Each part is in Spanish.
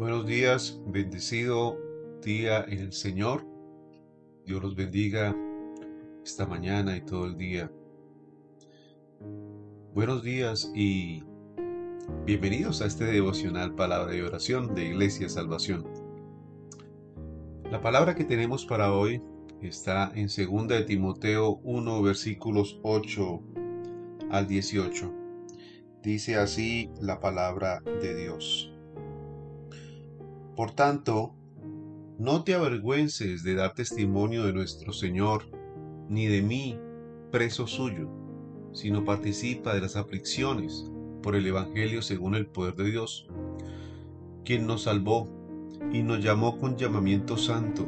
Buenos días, bendecido día en el Señor. Dios los bendiga esta mañana y todo el día. Buenos días y bienvenidos a este devocional Palabra y Oración de Iglesia Salvación. La palabra que tenemos para hoy está en 2 de Timoteo 1, versículos 8 al 18. Dice así la palabra de Dios. Por tanto, no te avergüences de dar testimonio de nuestro Señor, ni de mí, preso suyo, sino participa de las aflicciones por el Evangelio según el poder de Dios, quien nos salvó y nos llamó con llamamiento santo,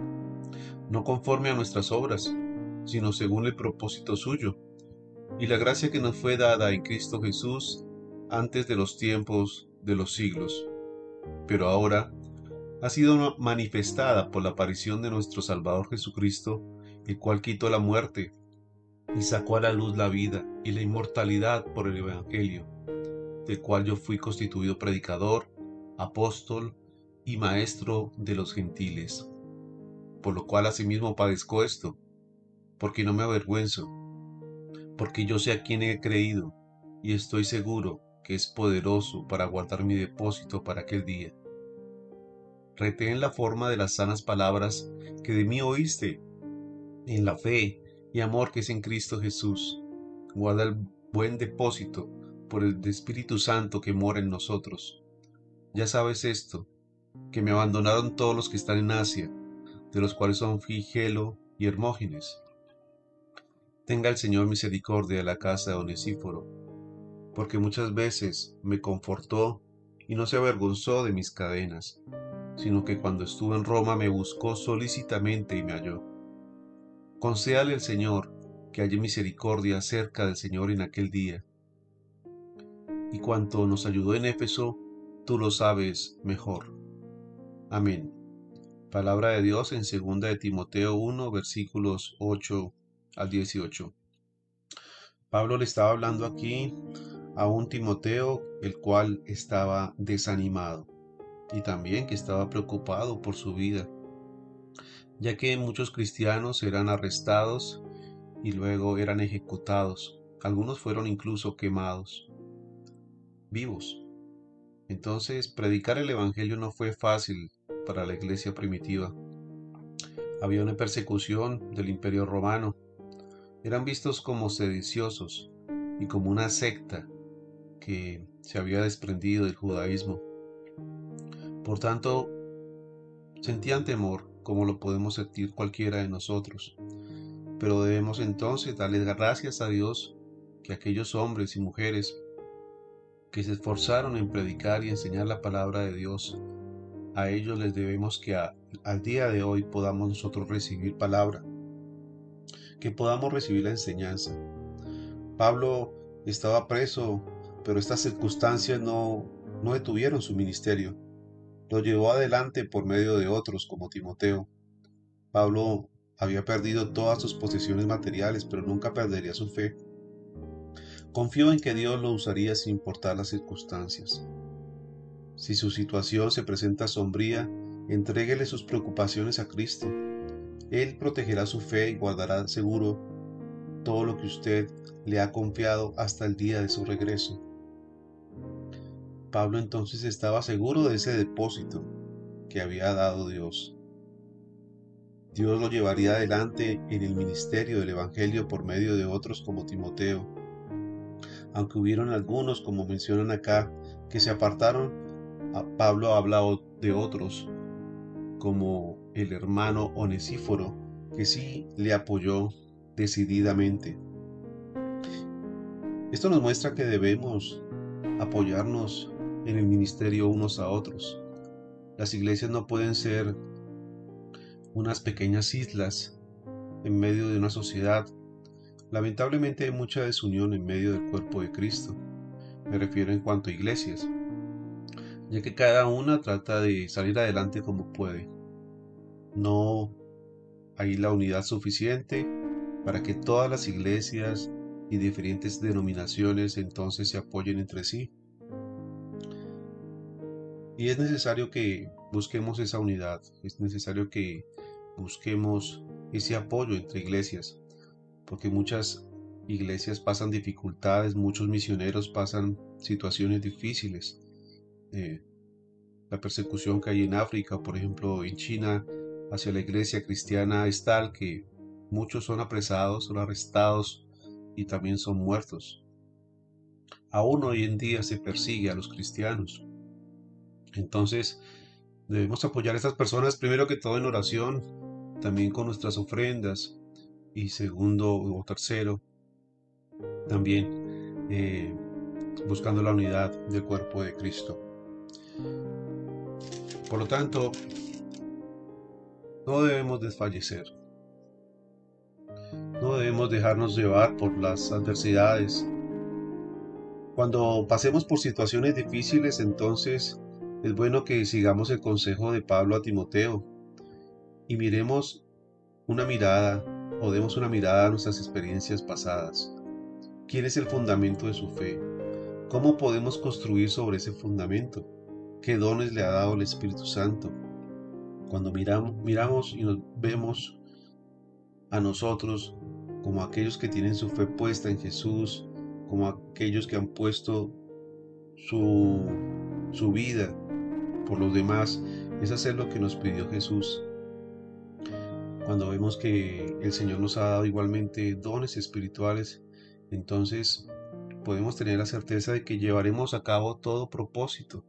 no conforme a nuestras obras, sino según el propósito suyo, y la gracia que nos fue dada en Cristo Jesús antes de los tiempos de los siglos, pero ahora ha sido manifestada por la aparición de nuestro Salvador Jesucristo, el cual quitó la muerte y sacó a la luz la vida y la inmortalidad por el Evangelio, del cual yo fui constituido predicador, apóstol y maestro de los gentiles, por lo cual asimismo padezco esto, porque no me avergüenzo, porque yo sé a quién he creído, y estoy seguro que es poderoso para guardar mi depósito para aquel día. Retén la forma de las sanas palabras que de mí oíste, en la fe y amor que es en Cristo Jesús. Guarda el buen depósito por el Espíritu Santo que mora en nosotros. Ya sabes esto, que me abandonaron todos los que están en Asia, de los cuales son Figelo y Hermógenes. Tenga el Señor misericordia de la casa de Onesíforo, porque muchas veces me confortó y no se avergonzó de mis cadenas, sino que cuando estuve en Roma me buscó solícitamente y me halló. Concédale al Señor que haya misericordia cerca del Señor en aquel día. Y cuanto nos ayudó en Éfeso, tú lo sabes mejor. Amén. Palabra de Dios en 2 de Timoteo 1, versículos 8 al 18. Pablo le estaba hablando aquí a un Timoteo el cual estaba desanimado y también que estaba preocupado por su vida, ya que muchos cristianos eran arrestados y luego eran ejecutados. Algunos fueron incluso quemados vivos. Entonces, predicar el Evangelio no fue fácil para la iglesia primitiva. Había una persecución del Imperio Romano. Eran vistos como sediciosos y como una secta que se había desprendido del judaísmo. Por tanto, sentían temor, como lo podemos sentir cualquiera de nosotros. Pero debemos entonces darle gracias a Dios que aquellos hombres y mujeres que se esforzaron en predicar y enseñar la palabra de Dios, a ellos les debemos que al día de hoy podamos nosotros recibir palabra, que podamos recibir la enseñanza. Pablo estaba preso, pero estas circunstancias no detuvieron su ministerio. Lo llevó adelante por medio de otros como Timoteo. Pablo había perdido todas sus posesiones materiales, pero nunca perdería su fe. Confió en que Dios lo usaría sin importar las circunstancias. Si su situación se presenta sombría, entréguele sus preocupaciones a Cristo. Él protegerá su fe y guardará seguro todo lo que usted le ha confiado hasta el día de su regreso. Pablo entonces estaba seguro de ese depósito que había dado Dios. Dios lo llevaría adelante en el ministerio del Evangelio por medio de otros como Timoteo. Aunque hubieron algunos, como mencionan acá, que se apartaron, Pablo habla de otros, como el hermano Onesíforo, que sí le apoyó decididamente. Esto nos muestra que debemos apoyarnos en el ministerio unos a otros. Las iglesias no pueden ser unas pequeñas islas en medio de una sociedad. Lamentablemente hay mucha desunión en medio del cuerpo de Cristo. Me refiero en cuanto a iglesias, ya que cada una trata de salir adelante como puede. No hay la unidad suficiente para que todas las iglesias y diferentes denominaciones entonces se apoyen entre sí. Y es necesario que busquemos esa unidad, es necesario que busquemos ese apoyo entre iglesias, porque muchas iglesias pasan dificultades, muchos misioneros pasan situaciones difíciles. Eh, la persecución que hay en África, por ejemplo, en China, hacia la iglesia cristiana es tal que muchos son apresados, son arrestados y también son muertos. Aún hoy en día se persigue a los cristianos. Entonces, debemos apoyar a estas personas primero que todo en oración, también con nuestras ofrendas y segundo o tercero, también buscando la unidad del cuerpo de Cristo. Por lo tanto, no debemos desfallecer, no debemos dejarnos llevar por las adversidades. Cuando pasemos por situaciones difíciles, entonces es bueno que sigamos el consejo de Pablo a Timoteo y miremos una mirada o demos una mirada a nuestras experiencias pasadas. ¿Quién es el fundamento de su fe? ¿Cómo podemos construir sobre ese fundamento? ¿Qué dones le ha dado el Espíritu Santo? Cuando miramos y nos vemos a nosotros como aquellos que tienen su fe puesta en Jesús, como aquellos que han puesto su vida por los demás, es hacer lo que nos pidió Jesús. Cuando vemos que el Señor nos ha dado igualmente dones espirituales, entonces podemos tener la certeza de que llevaremos a cabo todo propósito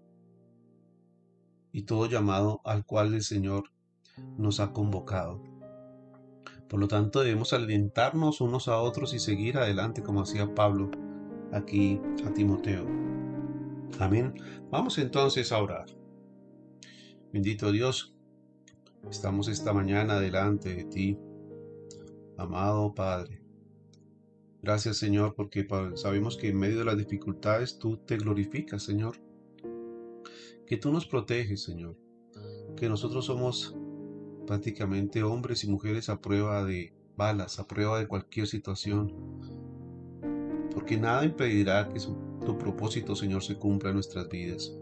y todo llamado al cual el Señor nos ha convocado. Por lo tanto, debemos alentarnos unos a otros y seguir adelante como hacía Pablo aquí a Timoteo. Amén. Vamos entonces a orar. Bendito Dios, estamos esta mañana delante de ti, amado Padre. Gracias, Señor, porque sabemos que en medio de las dificultades tú te glorificas, Señor. Que tú nos proteges, Señor. Que nosotros somos prácticamente hombres y mujeres a prueba de balas, a prueba de cualquier situación. Porque nada impedirá que tu propósito, Señor, se cumpla en nuestras vidas.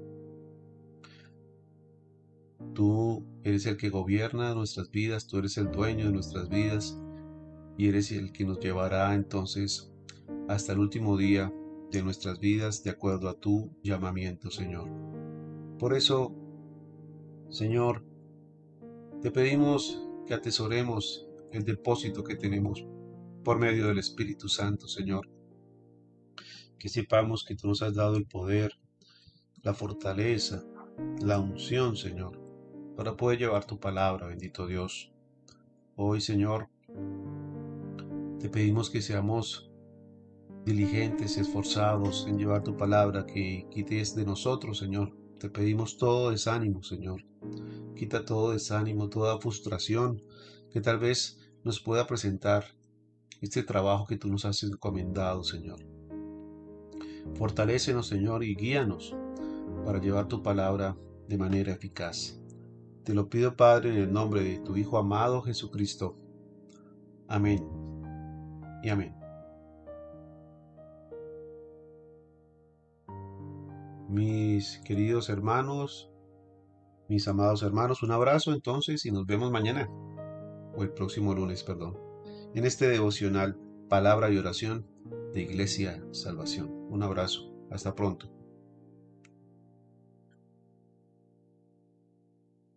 Tú eres el que gobierna nuestras vidas, tú eres el dueño de nuestras vidas y eres el que nos llevará entonces hasta el último día de nuestras vidas de acuerdo a tu llamamiento, Señor. Por eso, Señor, te pedimos que atesoremos el depósito que tenemos por medio del Espíritu Santo, Señor. Que sepamos que tú nos has dado el poder, la fortaleza, la unción, Señor, para poder llevar tu palabra, bendito Dios. Hoy, Señor, te pedimos que seamos diligentes, esforzados en llevar tu palabra, que quites de nosotros, Señor. Te pedimos todo desánimo, Señor. Quita todo desánimo, toda frustración que tal vez nos pueda presentar este trabajo que tú nos has encomendado, Señor. Fortalécenos, Señor, y guíanos para llevar tu palabra de manera eficaz. Te lo pido, Padre, en el nombre de tu Hijo amado Jesucristo. Amén y amén. Mis queridos hermanos, mis amados hermanos, un abrazo entonces y nos vemos mañana, o el próximo lunes, perdón, en este devocional Palabra y Oración de Iglesia Salvación. Un abrazo, hasta pronto.